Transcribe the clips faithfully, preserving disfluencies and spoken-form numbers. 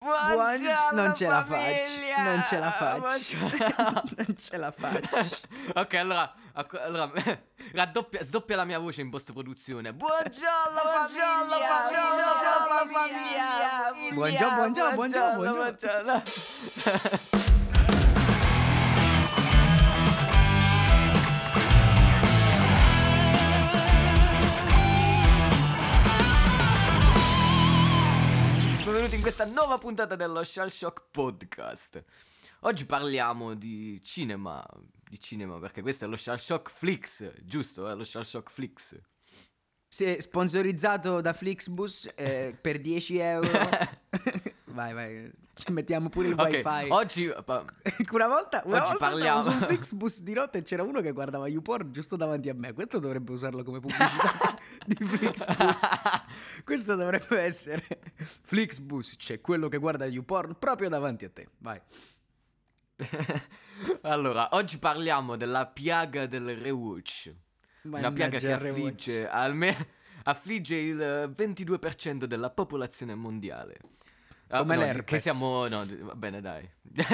Buongiorno, non ce la famiglia. faccio, non ce la faccio, Buongiorno. non ce la faccio. Ok, allora, acc- allora raddoppia, sdoppia la mia voce in post-produzione. Buongiorno, Buongiorno, famiglia. famiglia. Buongiorno, buongiorno, buongiorno, buongiorno. Benvenuti in questa nuova puntata dello Shell Shock Podcast. Oggi parliamo di cinema, di cinema perché questo è lo Shell Shock Flix, giusto? È lo Shell Shock Flix. Sì, sponsorizzato da Flixbus eh, per dieci euro. Vai, vai, ci mettiamo pure il Ok, wifi. oggi pa- Una volta, una Oggi volta parliamo- stavo sul Flixbus di notte e c'era uno che guardava YouPorn giusto davanti a me. Questo dovrebbe usarlo come pubblicità di Flixbus. Questo dovrebbe essere Flixbus, c'è quello che guarda YouPorn proprio davanti a te. Vai. Allora, oggi parliamo della piaga del rewatch. Una piaga che Mannaggia il rewatch. affligge, alme- affligge il ventidue per cento della popolazione mondiale. Ah, Come no, l'herpes. Che siamo... No, va bene, dai.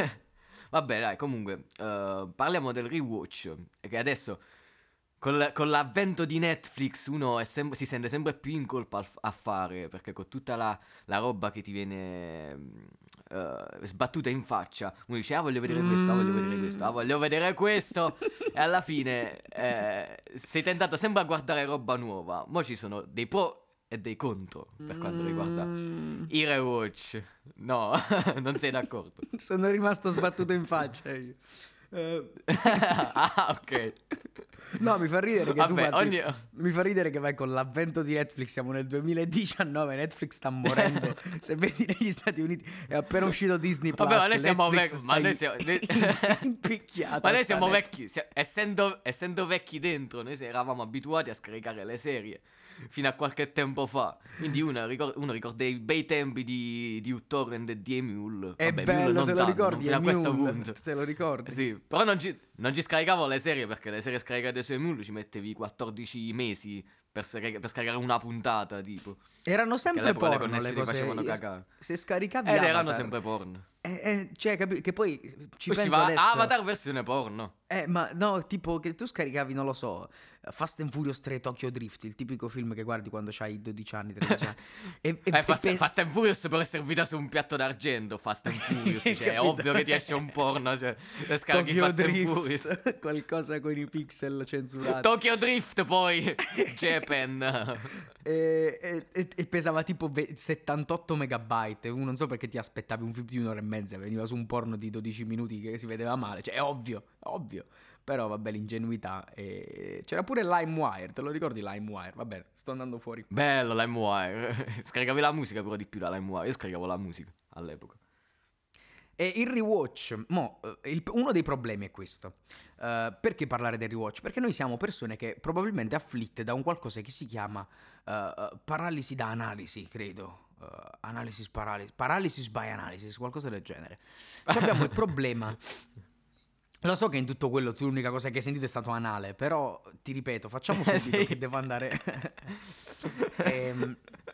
Vabbè, dai, comunque, eh, parliamo del rewatch. E che adesso, col- con l'avvento di Netflix, uno è sem- si sente sempre più in colpa al f- a fare, perché con tutta la, la roba che ti viene mm, eh, sbattuta in faccia, uno dice, ah, voglio vedere questo, ah, voglio vedere questo, ah, voglio vedere questo... E alla fine eh, sei tentato sempre a guardare roba nuova. Mo' ci sono dei pro e dei contro per quanto riguarda Mm, i rewatch. No, non sei d'accordo? sono rimasto sbattuto in faccia io. Eh, Ah, ok. no, mi fa ridere che tu Vabbè, fatti- ogni... Mi fa ridere che vai con l'avvento di Netflix, siamo nel duemiladiciannove, Netflix sta morendo. Se vedi negli Stati Uniti è appena uscito Disney Plus. Vabbè, ma noi siamo Netflix vecchi. sta Ma noi in- siamo, impicchiata ma noi sta siamo Netflix. vecchi. si- Essendo, essendo vecchi dentro, noi eravamo abituati a scaricare le serie fino a qualche tempo fa. Quindi uno, ricor- uno ricorda i bei tempi di, di uTorrent e di Emule. È Vabbè, Emule bello, non te lo tanto, ricordi? non fino a questo Emule, punto. te lo ricordi? Sì, però non ci, non ci scaricavo le serie perché le serie scaricate su Emule ci mettevi quattordici mesi per, scarica- per scaricare una puntata, tipo. Erano Che sempre all'epoca le porno le connessioni cose. facevano Io- cagare. Se scaricavi Ed Avatar, erano sempre porno. eh, eh, cioè, capi- che poi ci penso Usciva adesso. Avatar versione porno. Eh, ma no, tipo che tu scaricavi, non lo so, Fast and Furious tre Tokyo Drift, il tipico film che guardi quando hai dodici anni, tredici anni. E, e- Eh, Fast, e pe- Fast and Furious però è servita su un piatto d'argento. Fast and Furious, cioè, è Capito? ovvio che ti esce un porno. Cioè, e scarichi Tokyo Fast and Furious. Drift, qualcosa con i pixel censurati. Tokyo Drift, poi Japan. e, e- e- e pesava tipo ve- settantotto megabyte. Non so perché ti aspettavi un film di un'ora e mezza, veniva su un porno di dodici minuti che si vedeva male. Cioè, è ovvio, ovvio. Però vabbè, l'ingenuità. E... c'era pure LimeWire, te lo ricordi LimeWire? Va bene, sto andando fuori. Bello LimeWire. Scaricavi la musica però di più da LimeWire. Io scaricavo la musica all'epoca. E il rewatch, mo, eh, il- uno dei problemi è questo. Eh, perché parlare del rewatch? Perché noi siamo persone che probabilmente afflitte da un qualcosa che si chiama eh, eh, paralisi da analisi, credo. Uh, analysis paralysis, paralysis by analysis, qualcosa del genere. Cioè abbiamo il problema. Lo so che in tutto quello tu l'unica cosa che hai sentito è stato anale, però ti ripeto, facciamo subito Sì. che devo andare. Ehm,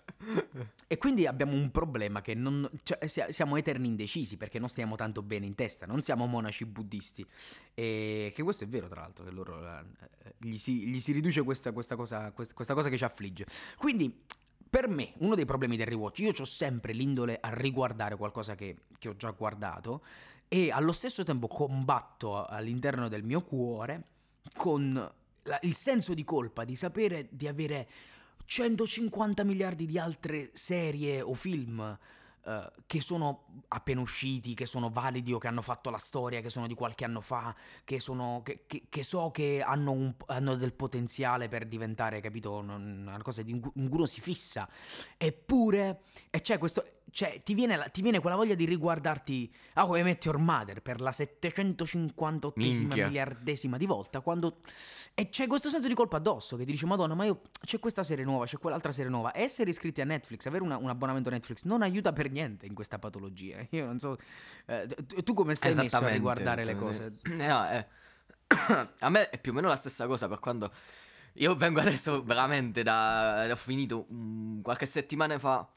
E quindi abbiamo un problema che non, cioè, sia- siamo eterni indecisi perché non stiamo tanto bene in testa, non siamo monaci buddisti. E che questo è vero, tra l'altro, che loro eh, gli, si, gli si riduce questa, questa cosa, questa, questa cosa che ci affligge. Quindi, per me, uno dei problemi del rewatch, io ho sempre l'indole a riguardare qualcosa che, che ho già guardato e allo stesso tempo combatto all'interno del mio cuore con la- il senso di colpa di sapere di avere centocinquanta miliardi di altre serie o film eh, che sono appena usciti, che sono validi o che hanno fatto la storia, che sono di qualche anno fa, che, sono, che, che- che so che hanno, un- hanno del potenziale per diventare, capito, un- una cosa di in cui uno si fissa. Eppure, e c'è questo, cioè, ti viene, la- ti viene quella voglia di riguardarti How I Met Your Mother per la settecentocinquantottesima Minchia. miliardesima di volta, quando... E c'è questo senso di colpa addosso che ti dice Madonna, ma io c'è questa serie nuova, c'è quell'altra serie nuova. Essere iscritti a Netflix, avere una- un abbonamento Netflix non aiuta per niente in questa patologia. Io non so, eh, tu- tu come stai messo a Esattamente. riguardare le cose? Eh, no, eh. A me è più o meno la stessa cosa per quando io vengo adesso veramente da... Ho finito mm, qualche settimana fa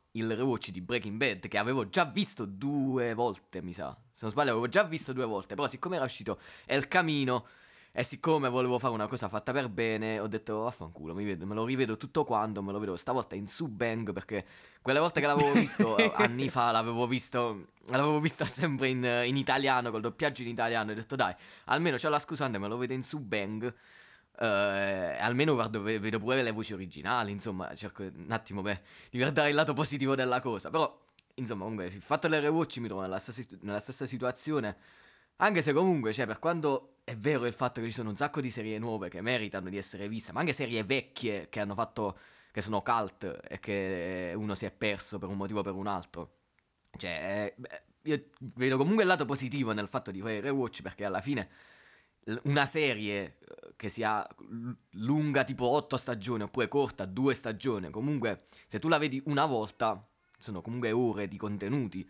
il rewatch di Breaking Bad, che avevo già visto due volte, mi sa. Se non sbaglio avevo già visto due volte, però siccome era uscito El Camino e siccome volevo fare una cosa fatta per bene, ho detto vaffanculo, mi vedo, me lo rivedo tutto quanto, me lo vedo stavolta in Subang, perché quelle volte che l'avevo visto anni fa, l'avevo visto l'avevo visto sempre in, in italiano, col doppiaggio in italiano, e ho detto dai, almeno c'ho la scusante, me lo vedo in Subang. Uh, almeno guardo, vedo pure le voci originali, insomma, cerco un attimo beh, di guardare il lato positivo della cosa. Però, insomma, comunque, il fatto del rewatch mi trovo nella stessa, nella stessa situazione. Anche se comunque, cioè, per quanto è vero il fatto che ci sono un sacco di serie nuove che meritano di essere viste, ma anche serie vecchie che hanno fatto, che sono cult e che uno si è perso per un motivo o per un altro. Cioè, beh, io vedo comunque il lato positivo nel fatto di fare il rewatch, perché alla fine una serie che sia lunga tipo otto stagioni oppure corta due stagioni, comunque se tu la vedi una volta sono comunque ore di contenuti,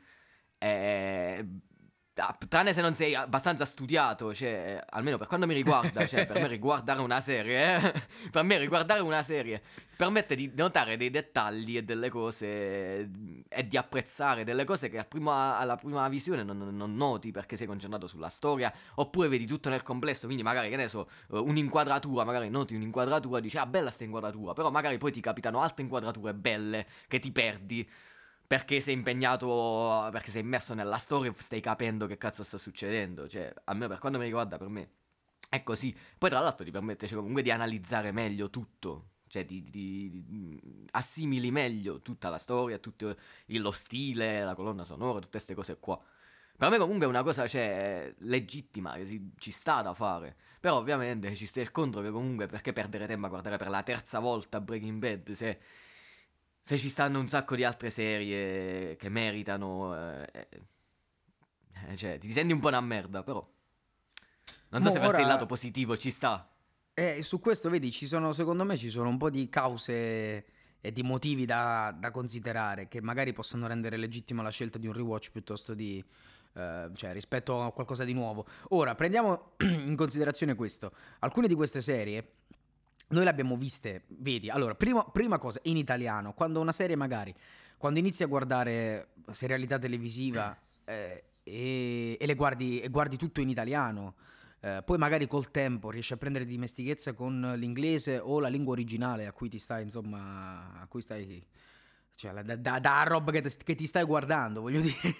e tranne se non sei abbastanza studiato, cioè, almeno per quanto mi riguarda, cioè, per me riguardare una serie, eh, per me riguardare una serie permette di notare dei dettagli e delle cose e di apprezzare delle cose che al prima, alla prima visione non, non noti perché sei concentrato sulla storia, oppure vedi tutto nel complesso, quindi magari, che ne so, un'inquadratura, magari noti un'inquadratura, dici ah bella sta inquadratura, però magari poi ti capitano altre inquadrature belle che ti perdi perché sei impegnato, perché sei immerso nella storia e stai capendo che cazzo sta succedendo. Cioè, almeno per quanto mi riguarda, per me è così. Poi tra l'altro ti permette, cioè, comunque di analizzare meglio tutto. Cioè, di, di, di assimili meglio tutta la storia, tutto il- lo stile, la colonna sonora, tutte queste cose qua. Per me comunque è una cosa, cioè, legittima, che si- ci sta da fare. Però ovviamente ci sta il contro che comunque, perché perdere tempo a guardare per la terza volta Breaking Bad se... Se ci stanno un sacco di altre serie che meritano, eh, eh, cioè, ti senti un po' una merda, però. Non so Mo se per te il ora- lato positivo ci sta. Eh, su questo, vedi, ci sono, secondo me ci sono un po' di cause e di motivi da, da considerare che magari possono rendere legittima la scelta di un rewatch piuttosto di, eh, cioè, rispetto a qualcosa di nuovo. Ora, prendiamo in considerazione questo. Alcune di queste serie noi le abbiamo viste, vedi, allora, prima, prima cosa, in italiano, quando una serie magari, quando inizi a guardare serialità televisiva eh, e, e le guardi, e guardi tutto in italiano, eh, poi magari col tempo riesci a prendere dimestichezza con l'inglese o la lingua originale a cui ti stai, insomma, a cui stai, cioè la- da, da, da roba che, te- che ti stai guardando, voglio dire.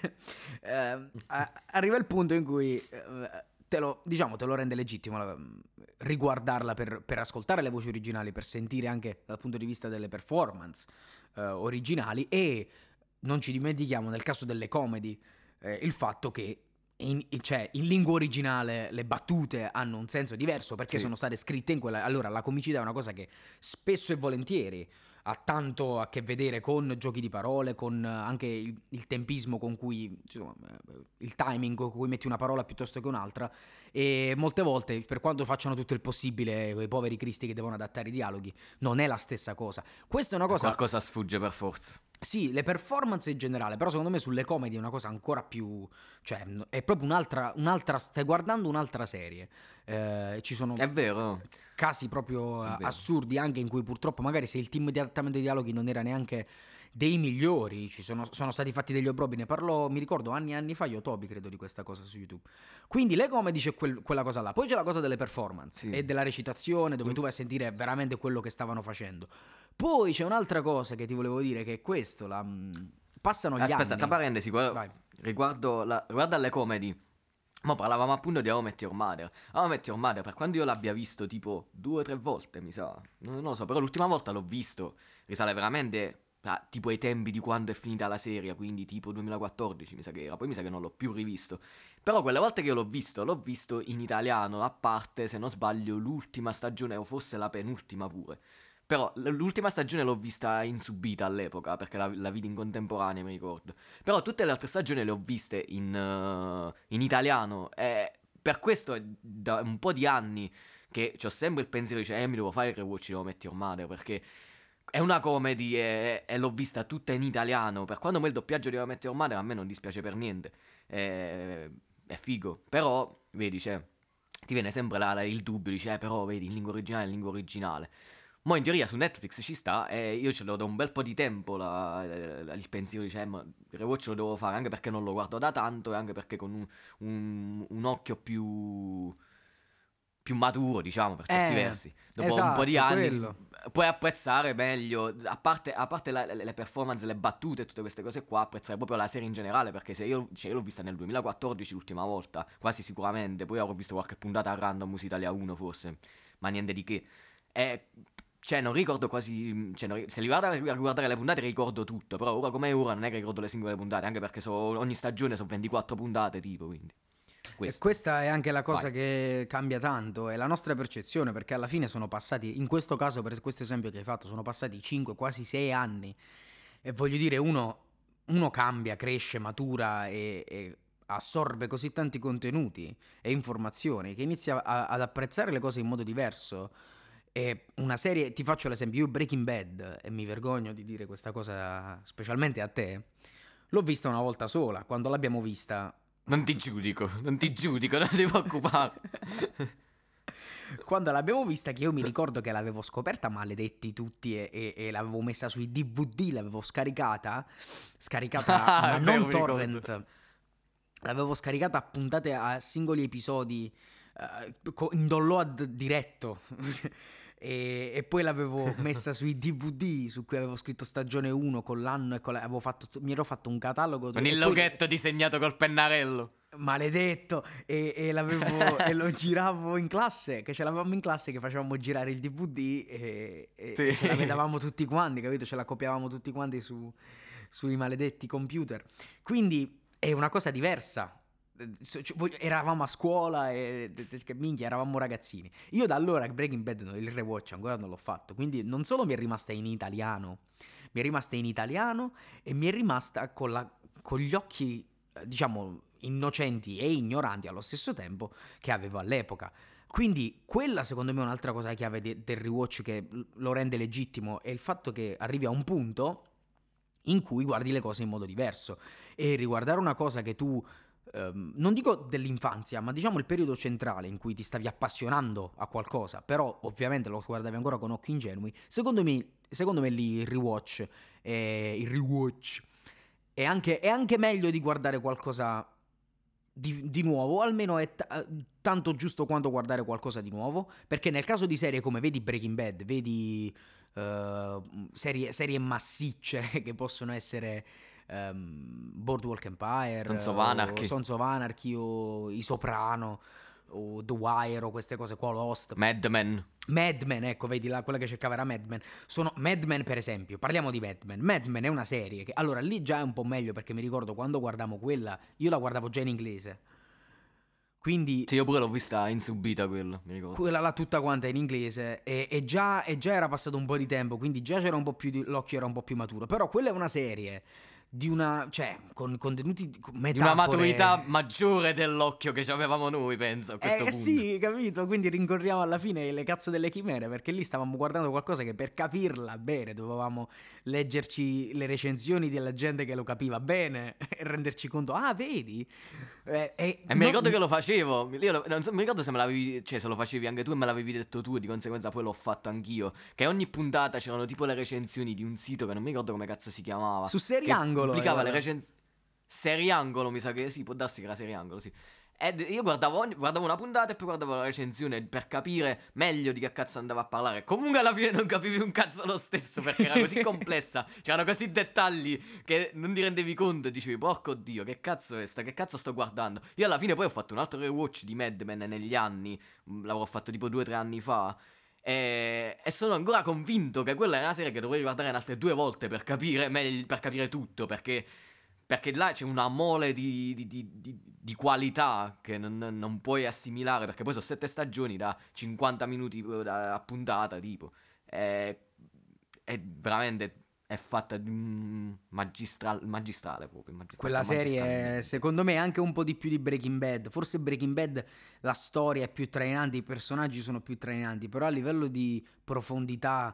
Eh, a- arriva il punto in cui eh, te lo, diciamo, te lo rende legittimo la- riguardarla per, per ascoltare le voci originali, per sentire anche dal punto di vista delle performance eh, originali, e non ci dimentichiamo nel caso delle comedy eh, il fatto che in, cioè, in lingua originale le battute hanno un senso diverso perché Sì. sono state scritte in quella. Allora, la comicità è una cosa che spesso e volentieri ha tanto a che vedere con giochi di parole, con anche il, il tempismo con cui, insomma, il timing con cui metti una parola piuttosto che un'altra, e molte volte, per quanto facciano tutto il possibile quei poveri cristi che devono adattare i dialoghi, non è la stessa cosa. Questa è una cosa. Qualcosa sfugge per forza. Sì, le performance in generale, però secondo me sulle comedy è una cosa ancora più. Cioè, è proprio un'altra. un'altra stai guardando un'altra serie. Eh, ci sono È vero. casi proprio È eh, vero. assurdi anche in cui purtroppo magari se il team di adattamento dei dialoghi non era neanche dei migliori, ci sono, sono stati fatti degli obrobi, ne parlo, mi ricordo anni e anni fa, io Toby credo di questa cosa su YouTube. Quindi le comedy c'è quel- quella cosa là, poi c'è la cosa delle performance Sì. e della recitazione dove In- tu vai a sentire veramente quello che stavano facendo. Poi c'è un'altra cosa che ti volevo dire, che è questo, la, mh, passano gli Aspetta, anni. tra parentesi, quello- Vai. riguardo, la, riguardo alle comedy. Ma parlavamo appunto di How I Met Your Mother. How I Met Your Mother, per quando io l'abbia visto tipo due o tre volte, mi sa. Non, non lo so, però l'ultima volta l'ho visto. Risale veramente a, tipo ai tempi di quando è finita la serie, quindi tipo duemilaquattordici mi sa che era. Poi mi sa che non l'ho più rivisto. Però quelle volte che io l'ho visto, l'ho visto in italiano, a parte, se non sbaglio, l'ultima stagione o forse la penultima pure. Però l- l'ultima stagione l'ho vista in subita all'epoca, perché la, la vidi in contemporanea, mi ricordo. Però tutte le altre stagioni le ho viste in, eh, in italiano, e per questo è da un po' di anni che ho sempre il pensiero di dire, eh, mi devo fare il rewatch di How I Met Your Mother, perché è una comedy e, e l'ho vista tutta in italiano. Per quando me il doppiaggio di How I Met Your Mother a me non dispiace per niente, è, è figo. Però, vedi, cioè, ti viene sempre la- la- il dubbio, dice, eh, però vedi, in lingua originale, in lingua originale. Mo in teoria su Netflix ci sta e io ce l'ho da un bel po' di tempo la- la- il pensiero di cioè, ma il rewatch lo devo fare anche perché non lo guardo da tanto e anche perché con un, un- un occhio più, più maturo, diciamo, per certi Eh, versi. Dopo un po' di esatto, anni quello. puoi apprezzare meglio, a parte, a parte la- le performance, le battute e tutte queste cose qua, apprezzare proprio la serie in generale, perché se io, cioè, io l'ho vista nel duemilaquattordici l'ultima volta, quasi sicuramente, poi avrò visto qualche puntata a random su Italia uno forse, ma niente di che. E, cioè, non ricordo quasi, cioè, non ri- se li vado a guardare le puntate ricordo tutto, però ora come ora non è che ricordo le singole puntate, anche perché so- ogni stagione sono ventiquattro puntate tipo, quindi. E Questo. questa è anche la cosa Vai. che cambia tanto, è la nostra percezione, perché alla fine sono passati, in questo caso, per questo esempio che hai fatto, sono passati cinque, quasi sei anni. E voglio dire, uno, uno cambia, cresce, matura e, e assorbe così tanti contenuti e informazioni che inizia a- ad apprezzare le cose in modo diverso. E una serie, ti faccio l'esempio, io Breaking Bad, e mi vergogno di dire questa cosa specialmente a te, l'ho vista una volta sola, quando l'abbiamo vista. Non ti giudico, non ti giudico, non ti preoccupare. Quando l'abbiamo vista, che io mi ricordo che l'avevo scoperta, maledetti tutti, e, e- e l'avevo messa sui D V D, l'avevo scaricata, scaricata Ah, ma è vero, non mi ricordo. torrent, l'avevo scaricata a puntate a singoli episodi, eh, co- in download diretto. E, e poi l'avevo messa sui D V D su cui avevo scritto stagione uno con l'anno e con la- avevo fatto, mi ero fatto un catalogo Con e il poi- loghetto disegnato col pennarello. maledetto, e, e l'avevo e lo giravo in classe, che ce l'avevamo in classe, che facevamo girare il D V D e, e- Sì. e ce la vedevamo tutti quanti, capito? Ce la copiavamo tutti quanti su, sui maledetti computer. Quindi è una cosa diversa. Eh, so- cioè, voglio- Eravamo a scuola e de- de- che minchia, eravamo ragazzini. Io da allora Breaking Bad, no, il rewatch ancora non l'ho fatto, quindi non solo mi è rimasta in italiano, mi è rimasta in italiano e mi è rimasta con, la- con gli occhi, eh, diciamo, innocenti e ignoranti allo stesso tempo che avevo all'epoca. Quindi quella secondo me è un'altra cosa chiave de- del rewatch che l- lo rende legittimo, è il fatto che arrivi a un punto in cui guardi le cose in modo diverso e riguardare una cosa che tu ehm, non dico dell'infanzia, ma diciamo il periodo centrale in cui ti stavi appassionando a qualcosa, però ovviamente lo guardavi ancora con occhi ingenui. Secondo me, secondo me lì il rewatch è, il rewatch è anche, è anche meglio di guardare qualcosa di, di nuovo, almeno è t- tanto giusto quanto guardare qualcosa di nuovo, perché nel caso di serie come vedi Breaking Bad, vedi eh, serie, serie massicce che possono essere ehm, Boardwalk Empire, Sons of o Anarchy. Sons of Anarchy o I Soprano o The Wire o queste cose qua, Lost. Mad Men. Mad Men, ecco, vedi là, quella che cercava era Mad Men. Sono Mad Men, per esempio, parliamo di Mad Men. Mad Men è una serie che, allora, lì già è un po' meglio perché mi ricordo quando guardavo quella, io la guardavo già in inglese. Quindi Sì, io pure l'ho vista in subita quello, mi ricordo. quella là tutta quanta in inglese e, e già, e già era passato un po' di tempo, quindi già c'era un po' più di, l'occhio era un po' più maturo. Però quella è una serie di una, cioè, con contenuti, con Di una metafore. maturità maggiore dell'occhio che avevamo noi, penso, a questo Eh punto. sì, capito? Quindi rincorriamo alla fine le cazzo delle chimere, perché lì stavamo guardando qualcosa che per capirla bene dovevamo leggerci le recensioni della gente che lo capiva bene e renderci conto, ah, vedi? Eh, e E mi ricordo che lo facevo. Io lo- non so- mi ricordo se me l'avevi. Cioè, se lo facevi anche tu e me l'avevi detto tu. E di conseguenza poi l'ho fatto anch'io. Che ogni puntata c'erano tipo le recensioni di un sito che non mi ricordo come cazzo si chiamava. Su Seriangolo, Che pubblicava eh, le recensioni. Seriangolo, mi sa che sì, può darsi che era Seriangolo, sì. Ed io guardavo, ogni- guardavo una puntata e poi guardavo la recensione per capire meglio di che cazzo andava a parlare. Comunque alla fine non capivi un cazzo lo stesso perché era così complessa. C'erano così dettagli che non ti rendevi conto e dicevi, porco Dio, che cazzo è sta? Che cazzo sto guardando? Io alla fine poi ho fatto un altro rewatch di Mad Men negli anni. mh, L'avrò fatto tipo due o tre anni fa. E, e sono ancora convinto che quella è una serie che dovrei guardare in altre due volte per capire meglio, per capire tutto. Perché perché là c'è una mole di, di- di- di- di qualità che non, non puoi assimilare. Perché poi sono sette stagioni da cinquanta minuti da- a puntata, tipo. È, è veramente. È fatta di un magistral- magistrale proprio. magi- quella fatta serie, magistralmente. secondo me, è anche un po' di più di Breaking Bad. Forse Breaking Bad la storia è più trainante, i personaggi sono più trainanti, però a livello di profondità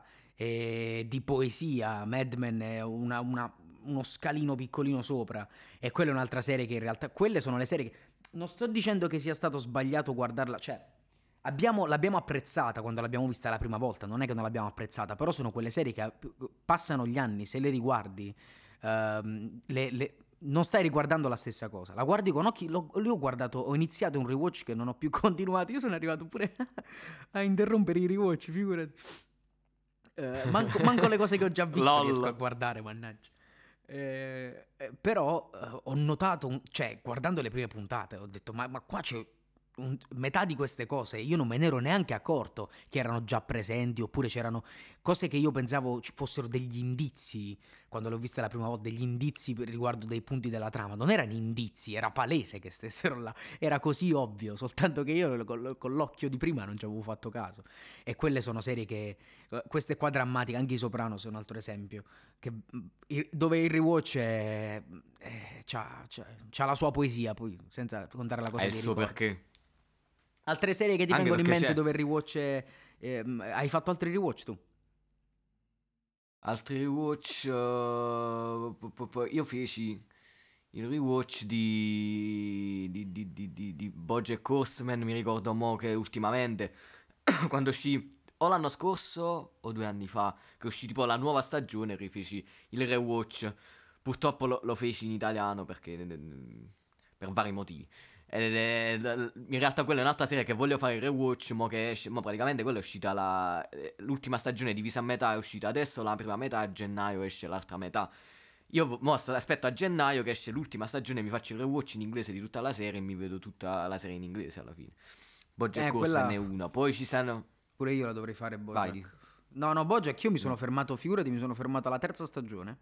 e di poesia, Mad Men è una- una- uno scalino piccolino sopra. E quella è un'altra serie che in realtà, quelle sono le serie che non sto dicendo che sia stato sbagliato guardarla, cioè abbiamo, l'abbiamo apprezzata quando l'abbiamo vista la prima volta, non è che non l'abbiamo apprezzata, però sono quelle serie che eh, passano gli anni, se le riguardi, ehm, le, le- non stai riguardando la stessa cosa, la guardi con occhi, l'ho, io ho guardato, ho iniziato un rewatch che non ho più continuato, io sono arrivato pure a interrompere i rewatch, figurati. Eh, manco, manco le cose che ho già visto Lol. riesco a guardare, mannaggia. Eh, eh, però eh, ho notato, un- cioè guardando le prime puntate, ho detto ma, ma qua c'è un- metà di queste cose, io non me ne ero neanche accorto che erano già presenti, oppure c'erano cose che io pensavo ci fossero degli indizi, quando l'ho vista la prima volta, degli indizi per riguardo dei punti della trama, non erano indizi, era palese che stessero là, era così ovvio, soltanto che io con, con l'occhio di prima non ci avevo fatto caso. E quelle sono serie che, eh, queste qua drammatiche, anche I Sopranos è un altro esempio, che, mh, il- dove il rewatch è, è- c'ha, c'ha- c'ha la sua poesia, poi senza contare la cosa È il dei suo ricordi. perché. Altre serie che ti Anche vengono in perché mente c'è dove il rewatch è, ehm, hai fatto altri rewatch tu? altri rewatch. eh, po- po- po- io feci il rewatch di. di. di. di. di, di BoJack Horseman. Mi ricordo mo che ultimamente, quando uscì o l'anno scorso o due anni fa, che uscì tipo la nuova stagione, rifeci il rewatch. Purtroppo lo, lo feci in italiano perché per vari motivi. Ed è- in realtà quella è un'altra serie che voglio fare il rewatch, mo che esce, mo praticamente quella è uscita la, eh, l'ultima stagione divisa a metà, è uscita adesso la prima metà, a gennaio esce l'altra metà. Io vo- mo sto- aspetto a gennaio che esce l'ultima stagione, mi faccio il rewatch in inglese di tutta la serie e mi vedo tutta la serie in inglese alla fine. BoJack Eh, Horseman quella è una, poi ci stanno. pure io la dovrei fare Vai, di- BoJack. No, no, BoJack io mi sono no. fermato, figurati, mi sono fermato alla terza stagione.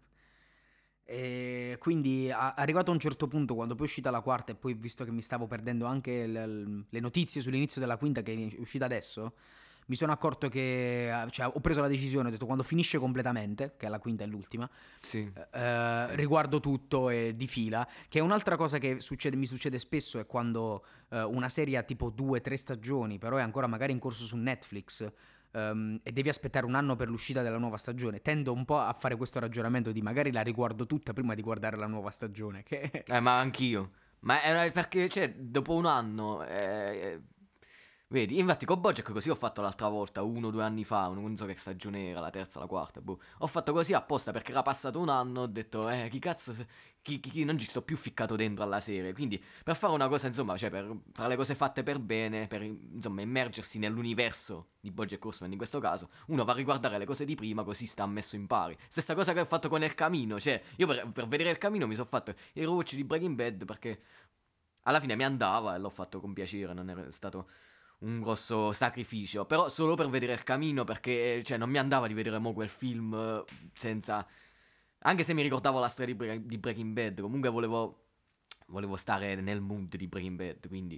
E quindi a- arrivato a un certo punto, quando poi è uscita la quarta e poi visto che mi stavo perdendo anche l- le notizie sull'inizio della quinta che è uscita adesso, mi sono accorto che, cioè, ho preso la decisione, ho detto quando finisce completamente, che è la quinta e l'ultima, Sì, eh, sì. riguardo tutto e di fila, che è un'altra cosa che succede, mi succede spesso è quando eh, una serie ha tipo due, tre stagioni, però è ancora magari in corso su Netflix, ehm, e devi aspettare un anno per l'uscita della nuova stagione. Tendo un po' a fare questo ragionamento di magari la riguardo tutta prima di guardare la nuova stagione, che Eh, ma anch'io. Ma è perché, cioè, dopo un anno. eh, Vedi, infatti con BoJack così ho fatto l'altra volta, uno o due anni fa, non so che stagione era, la terza, la quarta, boh. Ho fatto così apposta perché era passato un anno, ho detto, eh, chi cazzo, chi, chi- chi- non ci sto più ficcato dentro alla serie. Quindi, per fare una cosa, insomma, cioè, per fare le cose fatte per bene, per, insomma, immergersi nell'universo di BoJack Horseman in questo caso, uno va a riguardare le cose di prima, così sta messo in pari. Stessa cosa che ho fatto con El Camino, cioè, io per, per vedere El Camino mi sono fatto il rewatch di Breaking Bad perché alla fine mi andava e l'ho fatto con piacere, non è stato un grosso sacrificio, però solo per vedere il camino, perché cioè non mi andava di vedere mo quel film eh, senza, anche se mi ricordavo la storia di, Bre- di Breaking Bad, comunque volevo volevo stare nel mood di Breaking Bad, quindi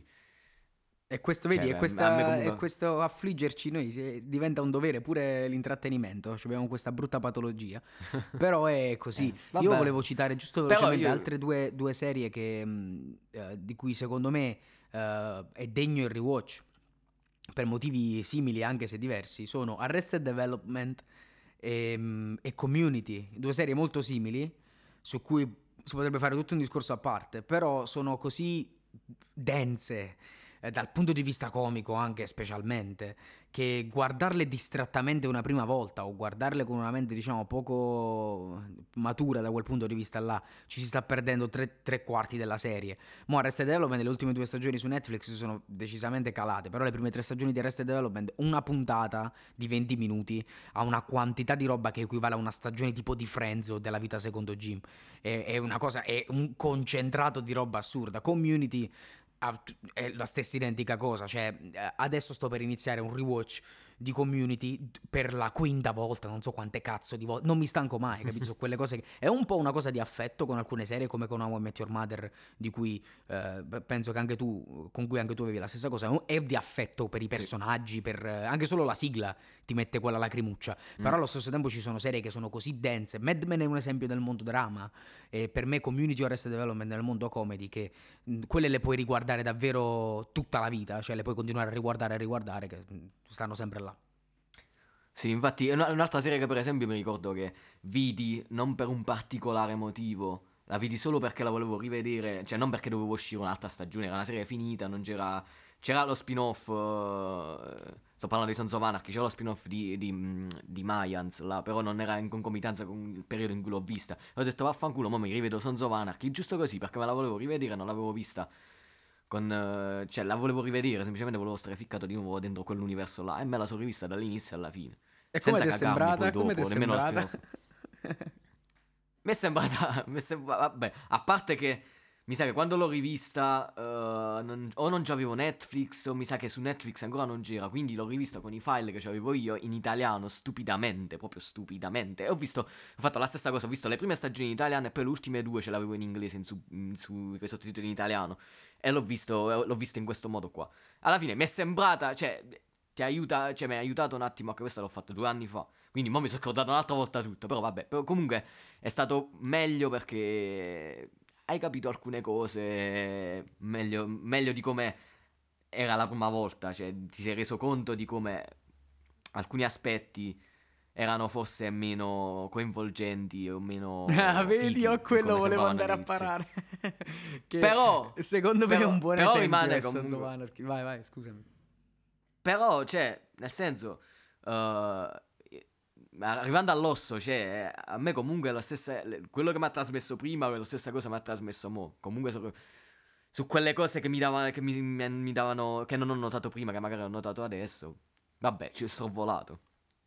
e questo, cioè vedi, è, a me, a me questa, è comunque questo affliggerci noi se- diventa un dovere, pure l'intrattenimento, cioè abbiamo questa brutta patologia, però è così. eh, Io vabbè. volevo citare giusto Però velocemente io altre due, due serie che, mh, eh, di cui secondo me eh, è degno il rewatch, per motivi simili anche se diversi, sono Arrested Development e, mh, e Community, due serie molto simili, su cui si potrebbe fare tutto un discorso a parte, però sono così dense eh, dal punto di vista comico anche specialmente, che guardarle distrattamente una prima volta o guardarle con una mente diciamo poco matura da quel punto di vista là, ci si sta perdendo tre, tre quarti della serie. Mo' Arrested Development le ultime due stagioni su Netflix sono decisamente calate, però le prime tre stagioni di Arrested Development, una puntata di venti minuti ha una quantità di roba che equivale a una stagione tipo di Friends o della vita secondo Jim. È, è una cosa, è un concentrato di roba assurda. Community ha- è la stessa identica cosa, cioè eh, adesso sto per iniziare un rewatch di Community d- per la quinta volta, non so quante cazzo di volte, non mi stanco mai, capito? Su quelle cose che... È un po' una cosa di affetto con alcune serie come con How I Met Your Mother, di cui eh, beh, penso che anche tu, con cui anche tu avevi la stessa cosa, è di affetto per i sì. personaggi, per eh, anche solo la sigla ti mette quella lacrimuccia, però Mm. allo stesso tempo ci sono serie che sono così dense. Mad Men è un esempio del mondo drama, e per me Community o Arrested Development nel mondo comedy, che mh, quelle le puoi riguardare davvero tutta la vita, cioè le puoi continuare a riguardare e riguardare, che mh, stanno sempre là. Sì, infatti è una- un'altra serie che per esempio mi ricordo che vidi non per un particolare motivo, La vidi solo perché la volevo rivedere, cioè non perché dovevo uscire un'altra stagione, era una serie finita, non c'era... C'era lo spin-off, eh, sto parlando di Sons of Anarchy, c'era lo spin-off di, di, mm, di Mayans là, però non era in concomitanza con il periodo in cui l'ho vista. E ho detto vaffanculo, mo mi rivedo Sons of Anarchy, giusto così, perché me la volevo rivedere, non l'avevo vista con... eh, cioè la volevo rivedere, semplicemente volevo stare ficcato di nuovo dentro quell'universo là, e me la sono rivista dall'inizio alla fine. E come Senza ti è cagarmi sembrata? poi Come dopo, ti è nemmeno lo sembrata? spin-off. Mi è sembrata, mi è sembrata, vabbè, a parte che mi sa che quando l'ho rivista eh, non- o non c'avevo Netflix o mi sa che su Netflix ancora non c'era, quindi l'ho rivista con i file che avevo io in italiano, stupidamente, proprio stupidamente. E ho visto, ho fatto la stessa cosa, ho visto le prime stagioni in italiano e poi le ultime due ce l'avevo in inglese, in su, in su, con i sottotitoli in italiano. E l'ho visto, l'ho vista in questo modo qua. Alla fine mi è sembrata, cioè, ti aiuta, cioè mi ha aiutato un attimo, anche questo l'ho fatto due anni fa. Quindi mo mi sono scordato un'altra volta tutto, però vabbè, però comunque è stato meglio perché hai capito alcune cose meglio, meglio di come era la prima volta, cioè ti sei reso conto di come alcuni aspetti erano forse meno coinvolgenti o meno Ah, vedi, fighi io a di quello come volevo sembravano andare a all'inizio. parare. Che Però, secondo me è però- un buon però esempio rimane è Sons of comunque- Anarchy. Vai, vai, scusami. Però, cioè, nel senso, eh, arrivando all'osso, cioè, a me comunque è la stessa, quello che mi ha trasmesso prima è la stessa cosa che mi ha trasmesso mo. Comunque so- su quelle cose che mi, dava, che mi, mi- mi davano, che non ho notato prima, che magari ho notato adesso. Vabbè, ci sono volato.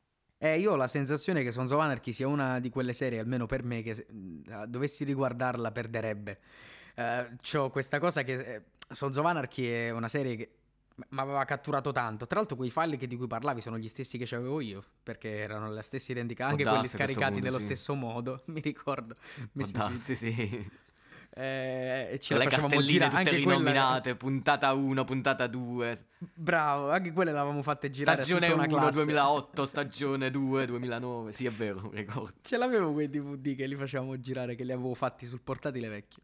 Eh, io ho la sensazione che Sons of Anarchy sia una di quelle serie, almeno per me, che se- mh, dovessi riguardarla perderebbe. Eh, c'ho questa cosa che eh, Sons of Anarchy è una serie che mi aveva catturato tanto. Tra l'altro quei file che- di cui parlavi sono gli stessi che avevo io, perché erano le stessi rendica, anche Può quelli darsi a questo scaricati punto, nello sì. stesso modo, mi ricordo. Può Messi darsi, sì. Eh, e ce Con la le facevamo cartelline girare tutte anche quella. rinominate, puntata uno, puntata due, Bravo, anche quelle l'avevamo fatte girare a stagione tutta una uno, classe. duemilaotto, stagione due, duemilanove. Sì, è vero, ricordo. Ce l'avevo quei D V D che li facevamo girare, che li avevo fatti sul portatile vecchio.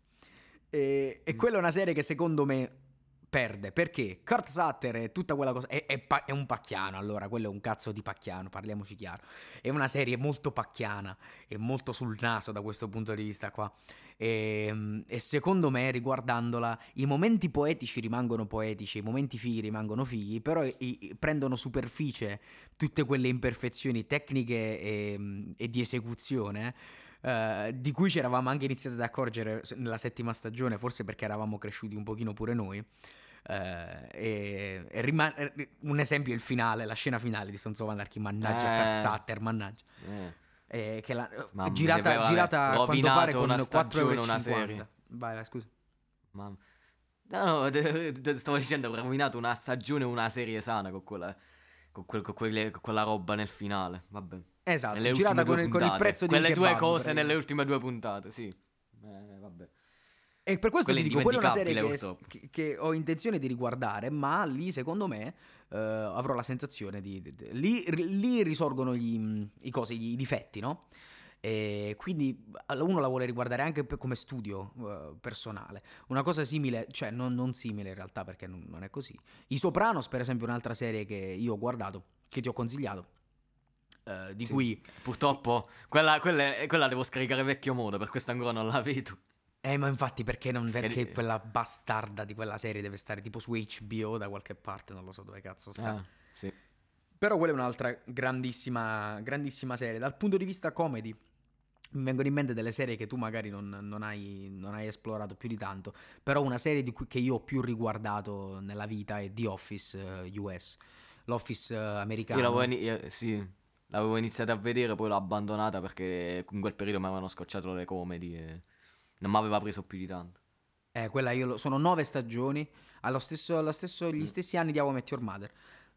E, e Mm. quella è una serie che secondo me perde, perché Kurt Sutter e tutta quella cosa è, è pa- è un pacchiano, allora quello è un cazzo di pacchiano, parliamoci chiaro. È una serie molto pacchiana e molto sul naso da questo punto di vista qua. E, e secondo me, riguardandola, i momenti poetici rimangono poetici, i momenti fighi rimangono fighi, però i- i- prendono superficie tutte quelle imperfezioni tecniche e, e di esecuzione, eh, di cui ci eravamo anche iniziati ad accorgere nella settima stagione, forse perché eravamo cresciuti un pochino pure noi. Eh, e, e rima- un esempio è il finale, la scena finale di Sons of Anarchy, mannaggia Eh. Kurt Sutter, mannaggia. Eh. Eh, che la, Mamma mia, girata, vabbè, girata a quanto rovinato pare con una quattro euro stagione, e una cinquanta. serie. Vai, vai, scusa. Mamma. No, no, d- d- stavo dicendo, avrei rovinato una stagione, una serie sana con quella, con, quel- con quelle- con quella roba nel finale. Vabbè. Esatto, Nelle girata ultime con due il, con il puntate. prezzo di Quelle un due kebab, cose praticamente. nelle ultime due puntate, sì. Eh, vabbè. E per questo Quella ti è dico, quella è una serie indimenticabile, che, purtroppo. che- che ho intenzione di riguardare, ma lì secondo me eh, avrò la sensazione di... di- di- lì, lì risorgono gli, i cosi, i difetti, no? E quindi uno la vuole riguardare anche per- come studio eh, personale. Una cosa simile, cioè non, non simile in realtà perché non, non è così. I Sopranos, per esempio, è un'altra serie che io ho guardato, che ti ho consigliato, eh, di Sì. cui... Purtroppo, quella, quella, quella devo scaricare vecchio modo, per questo ancora non la vedo. Eh, ma infatti perché non perché Che- quella bastarda di quella serie deve stare tipo su H B O da qualche parte, non lo so dove cazzo sta. Ah, sì. Però quella è un'altra grandissima, grandissima serie. Dal punto di vista comedy, mi vengono in mente delle serie che tu magari non, non hai, non hai esplorato più di tanto. Però una serie di cui, che io ho più riguardato nella vita è The Office eh, U S. L'Office eh, americano. Io l'avevo, ini- io- sì, l'avevo iniziata a vedere, poi l'ho abbandonata perché in quel periodo mi avevano scocciato le comedy e non mi aveva preso più di tanto. Eh, quella io lo- sono nove stagioni, allo stesso, allo stesso, gli Mm. stessi anni di How I Met Your Mother.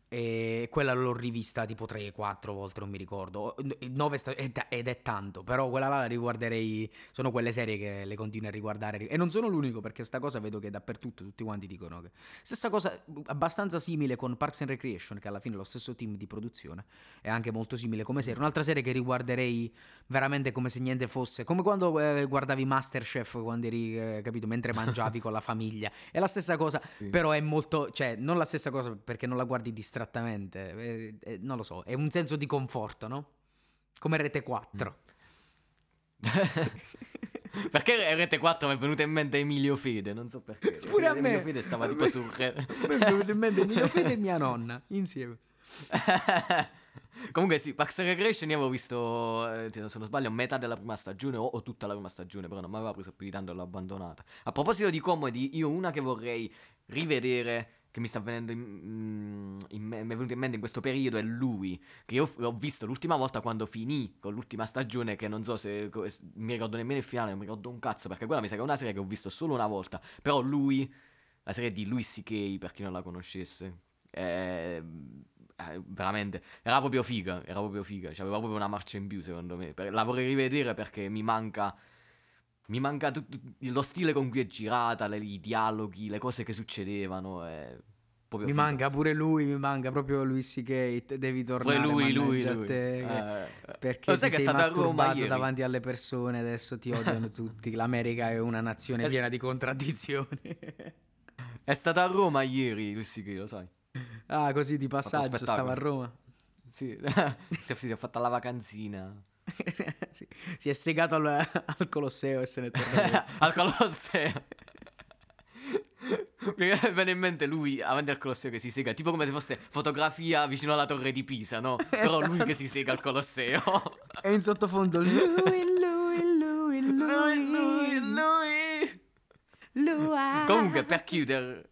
E quella l'ho rivista tipo tre quattro volte, non mi ricordo. nove sta- ed ed è tanto, però quella là la riguarderei. Sono quelle serie che le continuo a riguardare. E non sono l'unico, perché sta cosa vedo che dappertutto tutti quanti dicono che... Stessa cosa, abbastanza simile con Parks and Recreation, che alla fine è lo stesso team di produzione. È anche molto simile come serie. Un'altra serie che riguarderei veramente come se niente fosse, come quando eh, guardavi Masterchef, quando eri, eh, capito, mentre mangiavi con la famiglia. È la stessa cosa, Sì. però è molto, cioè non la stessa cosa perché non la guardi distrattamente, eh, eh, non lo so, è un senso di conforto, no? Come Rete quattro. Perché Rete quattro mi è venuto in mente Emilio Fede, non so perché. Pure a me. Emilio Fede stava tipo sul re. Mi è venuto in mente mio Fede e mia nonna insieme. Comunque sì, Parks and Recreation io avevo visto, eh, se non sbaglio, metà della prima stagione o, o tutta la prima stagione, però non mi aveva preso più di tanto e l'ho abbandonata. A proposito di comedy, io una che vorrei rivedere, che mi sta venendo in, in, in me- mi è venuto in mente in questo periodo, è Lui, che io f- l'ho visto l'ultima volta quando finì con l'ultima stagione, che non so se co- s- mi ricordo nemmeno il finale, non mi ricordo un cazzo, perché quella mi sa che è una serie che ho visto solo una volta, però Lui, la serie di Louis C K, per chi non la conoscesse, è... Eh, veramente era proprio figa, era proprio figa, cioè, aveva proprio una marcia in più secondo me. Per- la vorrei rivedere perché mi manca mi manca tutto lo stile con cui è girata, le- i dialoghi, le cose che succedevano, è proprio Mi figa. manca pure lui, mi manca proprio Louis C K. Devi Poi tornare, lui, lui, mannaggia a lui. te, che- Eh, perché lo ti sai che è sei stato a Roma masturbato ieri? davanti alle persone, adesso ti odiano tutti. L'America è una nazione Eh. piena di contraddizioni. È stato a Roma ieri, lui sì che lo sai. Ah, così di Fatto passaggio, spettacolo. stava a Roma. Sì, si è, si è fatta la vacanzina Sì, si è segato al, al Colosseo e se ne è tornato. al Colosseo. Mi viene in mente lui avanti al Colosseo che si sega, tipo come se fosse fotografia vicino alla torre di Pisa, no? Però lui che si sega al Colosseo. E in sottofondo lui, lui, lui, lui, lui, lui. lui. Comunque, per chiudere,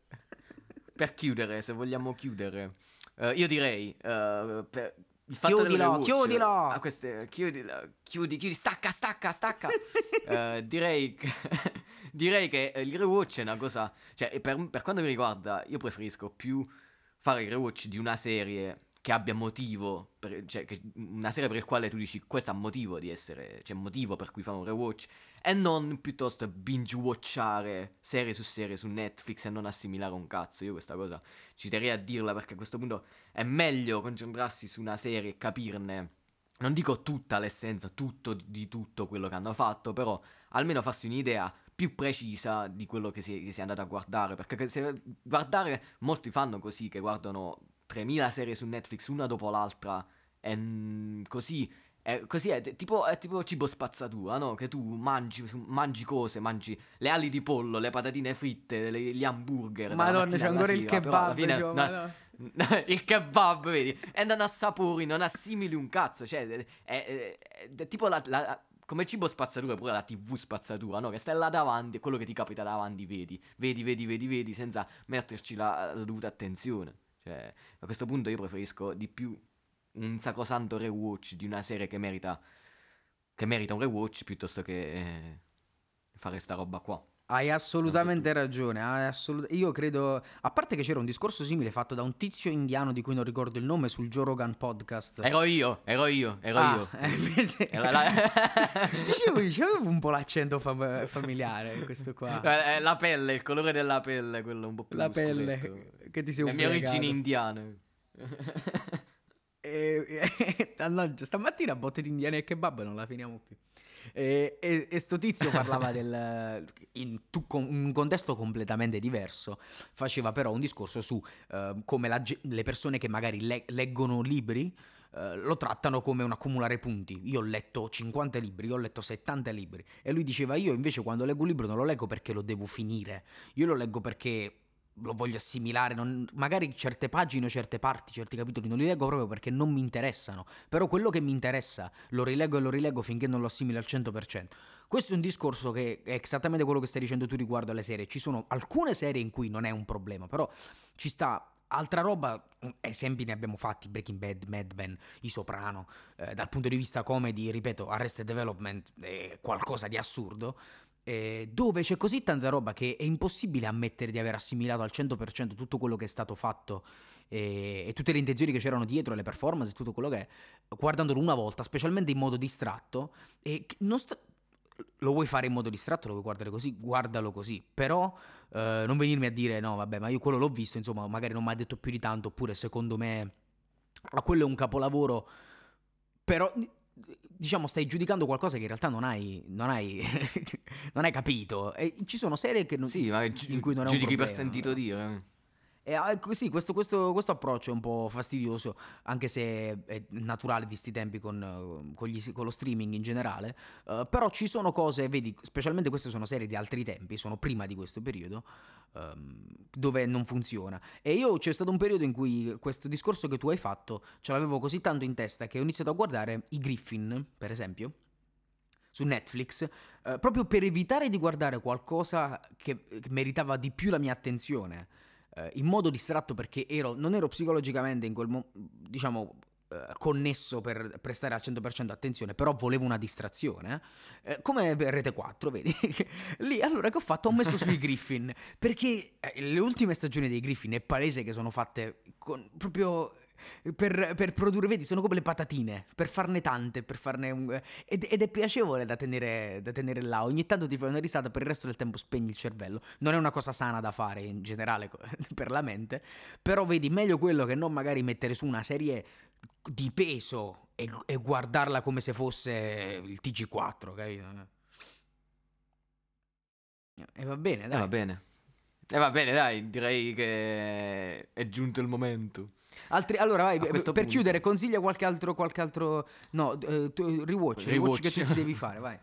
per chiudere, se vogliamo chiudere, eh, io direi, eh, per il fatto del Chiudilo, rewatch, chiudilo. a queste, chiudilo, chiudi, chiudi, stacca, stacca, stacca. Eh, direi che, direi che il rewatch è una cosa, cioè, per, per quanto mi riguarda, io preferisco più fare il rewatch di una serie che abbia motivo, per- cioè che- una serie per il quale tu dici questo ha motivo di essere, c'è motivo per cui fare un rewatch, e non piuttosto binge-watchare serie su serie su Netflix e non assimilare un cazzo. Io questa cosa ci terrei a dirla perché a questo punto è meglio concentrarsi su una serie e capirne, non dico tutta l'essenza, tutto di tutto quello che hanno fatto, però almeno farsi un'idea più precisa di quello che si, che si è andato a guardare, perché se guardare, molti fanno così, che guardano tremila serie su Netflix una dopo l'altra e mm, così è, così è t- tipo, è tipo cibo spazzatura, no? Che tu mangi, su- mangi cose, mangi le ali di pollo, le patatine fritte, le- gli hamburger dalla Madonna, mattina c'è alla ancora il sera, però alla kebab. fine, cioè, no, madonna. il kebab, vedi? E non assapori, non assimili un cazzo. Cioè, è, è- è- è tipo la, la- come cibo spazzatura, pure la tivù spazzatura, no? Che stai là davanti e quello che ti capita davanti vedi. Vedi, vedi, vedi, vedi, senza metterci la, la dovuta attenzione. Cioè, a questo punto io preferisco di più un sacrosanto rewatch di una serie che merita, che merita un rewatch piuttosto che eh, fare sta roba qua. Hai assolutamente ragione. hai assolut- Io credo, a parte che c'era un discorso simile fatto da un tizio indiano di cui non ricordo il nome sul Joe Rogan podcast. Ero io, ero io, ero Ah, io. eh, Era la- Dicevo, dicevo un po' l'accento fam- familiare questo qua. Eh, eh, la pelle, il colore della pelle, quello un po' più La pelle scuretto. che ti sei Le mie ubriacato. origini indiane. E, e, allora, stamattina a botte di indiani e kebab non la finiamo più. E, e, e sto tizio parlava del in, tu- con- in un contesto completamente diverso, faceva però un discorso su eh, come la ge- le persone che magari le- leggono libri eh, lo trattano come un accumulare punti. Io ho letto cinquanta libri, io ho letto settanta libri, e lui diceva: io invece quando leggo un libro non lo leggo perché lo devo finire, io lo leggo perché lo voglio assimilare, non- magari certe pagine o certe parti, certi capitoli non li leggo proprio perché non mi interessano, però quello che mi interessa lo rileggo e lo rileggo finché non lo assimilo al cento per cento. Questo è un discorso che è esattamente quello che stai dicendo tu riguardo alle serie. Ci sono alcune serie in cui non è un problema, però ci sta altra roba. Esempi ne abbiamo fatti: Breaking Bad, Mad Men, I Soprano. Eh, dal punto di vista comedy, ripeto, Arrested Development è qualcosa di assurdo, eh, dove c'è così tanta roba che è impossibile ammettere di aver assimilato al cento per cento tutto quello che è stato fatto e, e tutte le intenzioni che c'erano dietro, le performance e tutto quello che è, guardandolo una volta, specialmente in modo distratto. E che non sta- lo vuoi fare in modo distratto, lo vuoi guardare così, guardalo così, però eh, non venirmi a dire no vabbè, ma io quello l'ho visto, insomma magari non mi ha detto più di tanto, oppure secondo me ah, quello è un capolavoro, però diciamo stai giudicando qualcosa che in realtà non hai non hai non hai capito. E ci sono serie che non, Sì, ma gi- in cui non è un giudichi per problema. sentito dire. E ah, sì, questo, questo, questo approccio è un po' fastidioso, anche se è naturale di sti tempi con, eh, con, gli- con lo streaming in generale. Eh, però ci sono cose, vedi, specialmente queste sono serie di altri tempi, sono prima di questo periodo, ehm, dove non funziona. E io c'è stato un periodo in cui questo discorso che tu hai fatto ce l'avevo così tanto in testa che ho iniziato a guardare i Griffin, per esempio, su Netflix, eh, proprio per evitare di guardare qualcosa che, che meritava di più la mia attenzione, eh, in modo distratto perché ero, non ero psicologicamente in quel mo- diciamo eh, connesso per prestare al cento per cento attenzione, però volevo una distrazione, eh, come per Rete quattro, vedi? Lì allora che ho fatto? Ho messo sui Griffin, perché eh, le ultime stagioni dei Griffin è palese che sono fatte con proprio per, per produrre, vedi, sono come le patatine, per farne tante, per farne un... Ed, ed è piacevole da tenere, da tenere là, ogni tanto ti fai una risata, per il resto del tempo spegni il cervello. Non è una cosa sana da fare in generale co- per la mente, però vedi, meglio quello che non magari mettere su una serie di peso e, e guardarla come se fosse il T G quattro, capito? E va bene, E dai. va bene. E va bene, dai, direi che è giunto il momento. Altri, allora vai, A per questo per punto, chiudere, consiglia qualche altro, qualche altro... No, eh, tu- rewatch, rewatch che rewatch. tu ti devi fare, vai.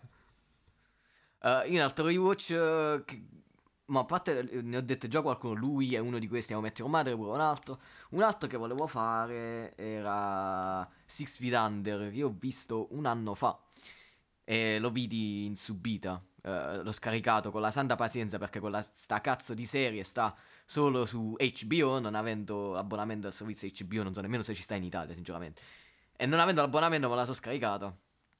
Uh, in altro rewatch, uh, che- ma a parte eh, ne ho detto già qualcuno, lui è uno di questi, How I Met Your Mother, pure un altro. Un altro che volevo fare era Six Feet Under, che io ho visto un anno fa e lo vidi in subita. Eh, l'ho scaricato con la santa pazienza perché quella sta cazzo di serie sta solo su H B O, non avendo l'abbonamento al servizio H B O, non so nemmeno se ci sta in Italia, sinceramente. E non avendo l'abbonamento me la sono scaricata.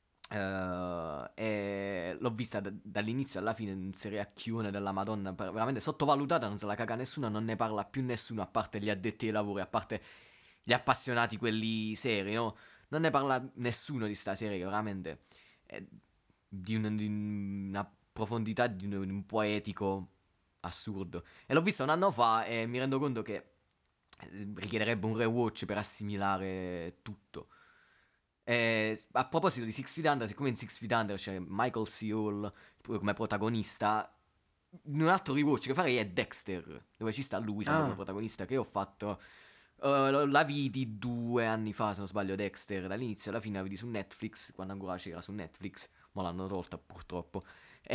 Eh, e l'ho vista da- dall'inizio alla fine in serie acchione della Madonna, per- veramente sottovalutata, non se la caga nessuno, non ne parla più nessuno a parte gli addetti ai lavori, a parte gli appassionati quelli seri, no? Non ne parla nessuno di sta serie che veramente è di, un- di una profondità, di un, di un poetico assurdo. E l'ho vista un anno fa e mi rendo conto che eh, richiederebbe un rewatch per assimilare tutto. E a proposito di Six Feet Under, siccome in Six Feet Under c'è Michael C. Hall pure come protagonista, un altro rewatch che farei è Dexter, dove ci sta lui sempre come Ah, protagonista, che ho fatto... eh, lo- la vidi due anni fa, se non sbaglio, Dexter, dall'inizio alla fine la vidi su Netflix, quando ancora c'era su Netflix, ma l'hanno tolta purtroppo.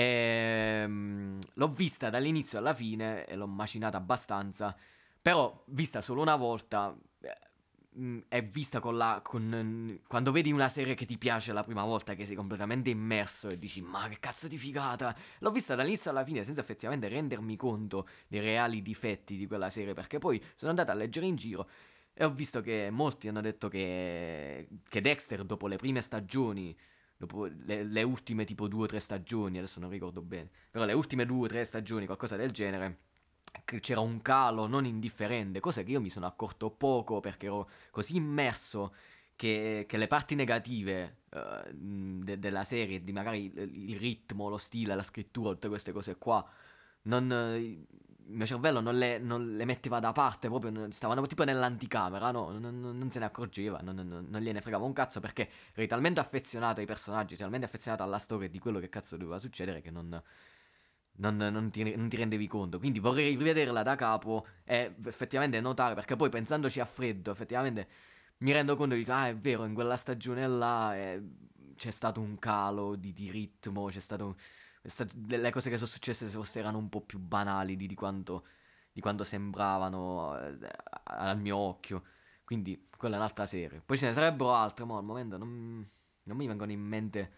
Ehm, l'ho vista dall'inizio alla fine e l'ho macinata abbastanza, però vista solo una volta... eh, mm, è vista con la. Con, mm, quando vedi una serie che ti piace la prima volta, che sei completamente immerso e dici, ma che cazzo di figata! L'ho vista dall'inizio alla fine senza effettivamente rendermi conto dei reali difetti di quella serie, perché poi sono andato a leggere in giro e ho visto che molti hanno detto che, che Dexter, dopo le prime stagioni, dopo le, le ultime tipo due o tre stagioni, adesso non ricordo bene, però le ultime due o tre stagioni, qualcosa del genere, che c'era un calo non indifferente, cosa che io mi sono accorto poco perché ero così immerso che, che le parti negative eh, de- della serie, di magari il, il ritmo, lo stile, la scrittura, tutte queste cose qua, non, eh, il mio cervello non le, non le metteva da parte, proprio non- stavano tipo nell'anticamera, no? Non, non- non se ne accorgeva, non, non- non gliene fregava un cazzo perché eri talmente affezionato ai personaggi, talmente affezionato alla storia e di quello che cazzo doveva succedere che non... Non, non ti, non ti rendevi conto, quindi vorrei rivederla da capo e effettivamente notare, perché poi pensandoci a freddo, effettivamente mi rendo conto di ah, è vero, in quella stagione là eh, c'è stato un calo di, di ritmo, c'è stato, è stato- le cose che sono successe forse erano un po' più banali di, di quanto, di quanto sembravano eh, al mio occhio. Quindi quella è un'altra serie. Poi ce ne sarebbero altre, ma al momento non, non mi vengono in mente.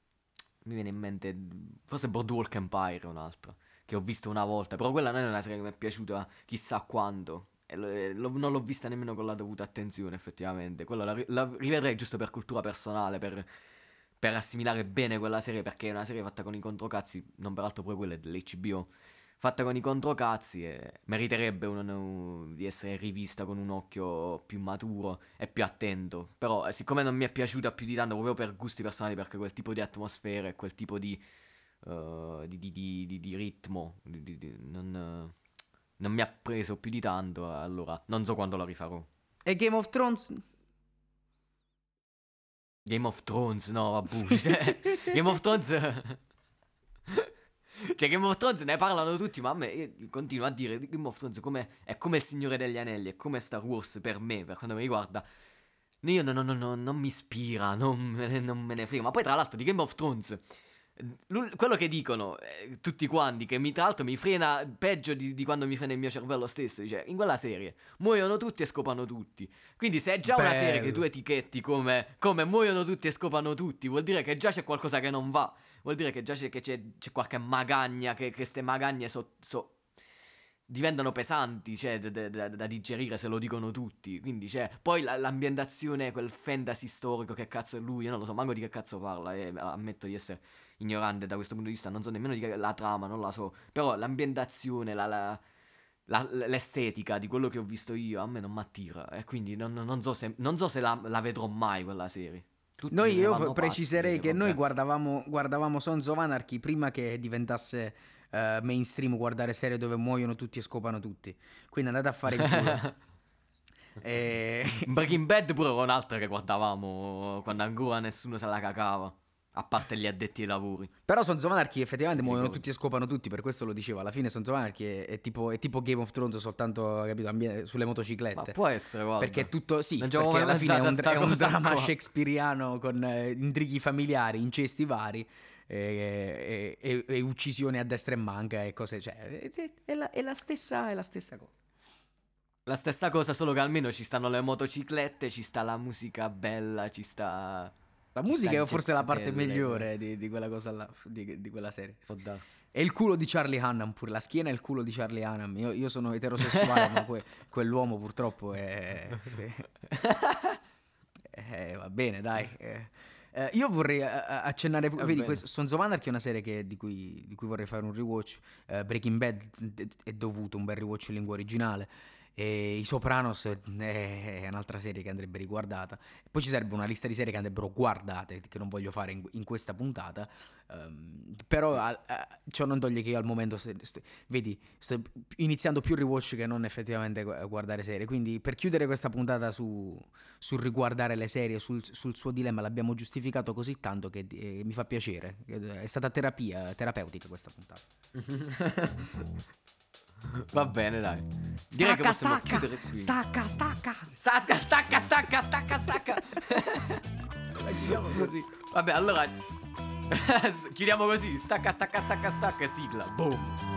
Mi viene in mente forse Boardwalk Empire, un altro che ho visto una volta, però quella non è una serie che mi è piaciuta chissà quanto. E lo- e lo- non l'ho vista nemmeno con la dovuta attenzione, effettivamente. Quella la, ri- la rivedrei giusto per cultura personale, per, per assimilare bene quella serie, perché è una serie fatta con i controcazzi, non peraltro pure quella è dell'H B O, fatta con i controcazzi e meriterebbe un- un- di essere rivista con un occhio più maturo e più attento. Però, eh, siccome non mi è piaciuta più di tanto, proprio per gusti personali, perché quel tipo di atmosfera e quel tipo di, eh, di, di- di- di- di ritmo di- di- di- non, eh, non mi ha preso più di tanto, allora non so quando la rifarò. e Game of Thrones? Game of Thrones, no, vabbè. cioè, Game of Thrones. Cioè Game of Thrones ne parlano tutti, ma a me io continuo a dire Game of Thrones come, è come il Signore degli Anelli, è come Star Wars per me, per quanto mi riguarda. Io no, no, no, no, non mi ispira, non me, ne, non me ne frega. Ma poi tra l'altro di Game of Thrones, l'ul- quello che dicono eh, tutti quanti, che mi, tra l'altro mi frena peggio di, di quando mi frena il mio cervello stesso, dice, in quella serie muoiono tutti e scopano tutti. Quindi se è già una serie che tu etichetti come, come muoiono tutti e scopano tutti, vuol dire che già c'è qualcosa che non va. Vuol dire che già c'è, che c'è, c'è qualche magagna, che queste magagne so, so- diventano pesanti, cioè da, da- da- da digerire se lo dicono tutti. Quindi cioè, poi la- l'ambientazione, quel fantasy storico, che cazzo è lui, io non lo so manco di che cazzo parla, e ammetto di essere ignorante da questo punto di vista, non so nemmeno di che, la trama, non la so. Però l'ambientazione, la, la- la- l'estetica di quello che ho visto io a me non mi attira, e quindi non, non so se, non so se la, la vedrò mai quella serie. Tutti Noi, ne io vanno preciserei pazzi, che noi vabbè. guardavamo, guardavamo Sons of Anarchy prima che diventasse eh, mainstream guardare serie dove muoiono tutti e scopano tutti. Quindi andate a fare il culo. E... Breaking Bad pure era un'altra che guardavamo quando ancora nessuno se la cacava, a parte gli addetti ai lavori. Però Sons of Anarchy effettivamente Ti muoiono ricordi? tutti e scopano tutti, per questo lo dicevo. Alla fine Sons of Anarchy è, è tipo, è tipo Game of Thrones, soltanto, capito, ambie- sulle Ma motociclette. può essere, guarda. Perché è tutto, sì, Non ci avevo perché mai alla fine è pensato un, a sta è un cosa dramma qua. shakespeariano con eh, intrighi familiari, incesti vari e, e- e- e uccisioni a destra e manca e cose, cioè, è, è- è la, è la stessa, è la stessa cosa. La stessa cosa, solo che almeno ci stanno le motociclette, ci sta la musica bella, ci sta... La ci musica sta è il forse la parte Jessica Alba. migliore di, di quella cosa là, di, di quella serie. Può darsi. E il culo di Charlie Hunnam pure, la schiena e il culo di Charlie Hunnam. Io, io sono eterosessuale, ma que- quell'uomo purtroppo è... Eh, va bene, dai. Eh, eh, io vorrei eh, accennare, Va vedi, bene. questo, Sons of Anarchy è una serie che- di, cui, di cui vorrei fare un rewatch. Eh, Breaking Bad d- è dovuto un bel rewatch in lingua originale. E I Sopranos è, è un'altra serie che andrebbe riguardata. E poi ci sarebbe una lista di serie che andrebbero guardate, che non voglio fare in, in questa puntata. Ehm, però a- a- ciò non toglie che io al momento, se- st- vedi, sto iniziando più rewatch che non effettivamente gu- guardare serie. Quindi per chiudere questa puntata su, sul riguardare le serie, sul, sul suo dilemma, l'abbiamo giustificato così tanto che eh, mi fa piacere. È stata terapia, terapeutica questa puntata. Va bene, dai. Direi che possiamo chiudere qui. stacca, stacca. Stacca, stacca, stacca, stacca, stacca. La chiudiamo così. Vabbè, allora chiudiamo così. Stacca, stacca, stacca, stacca, sigla. Boom.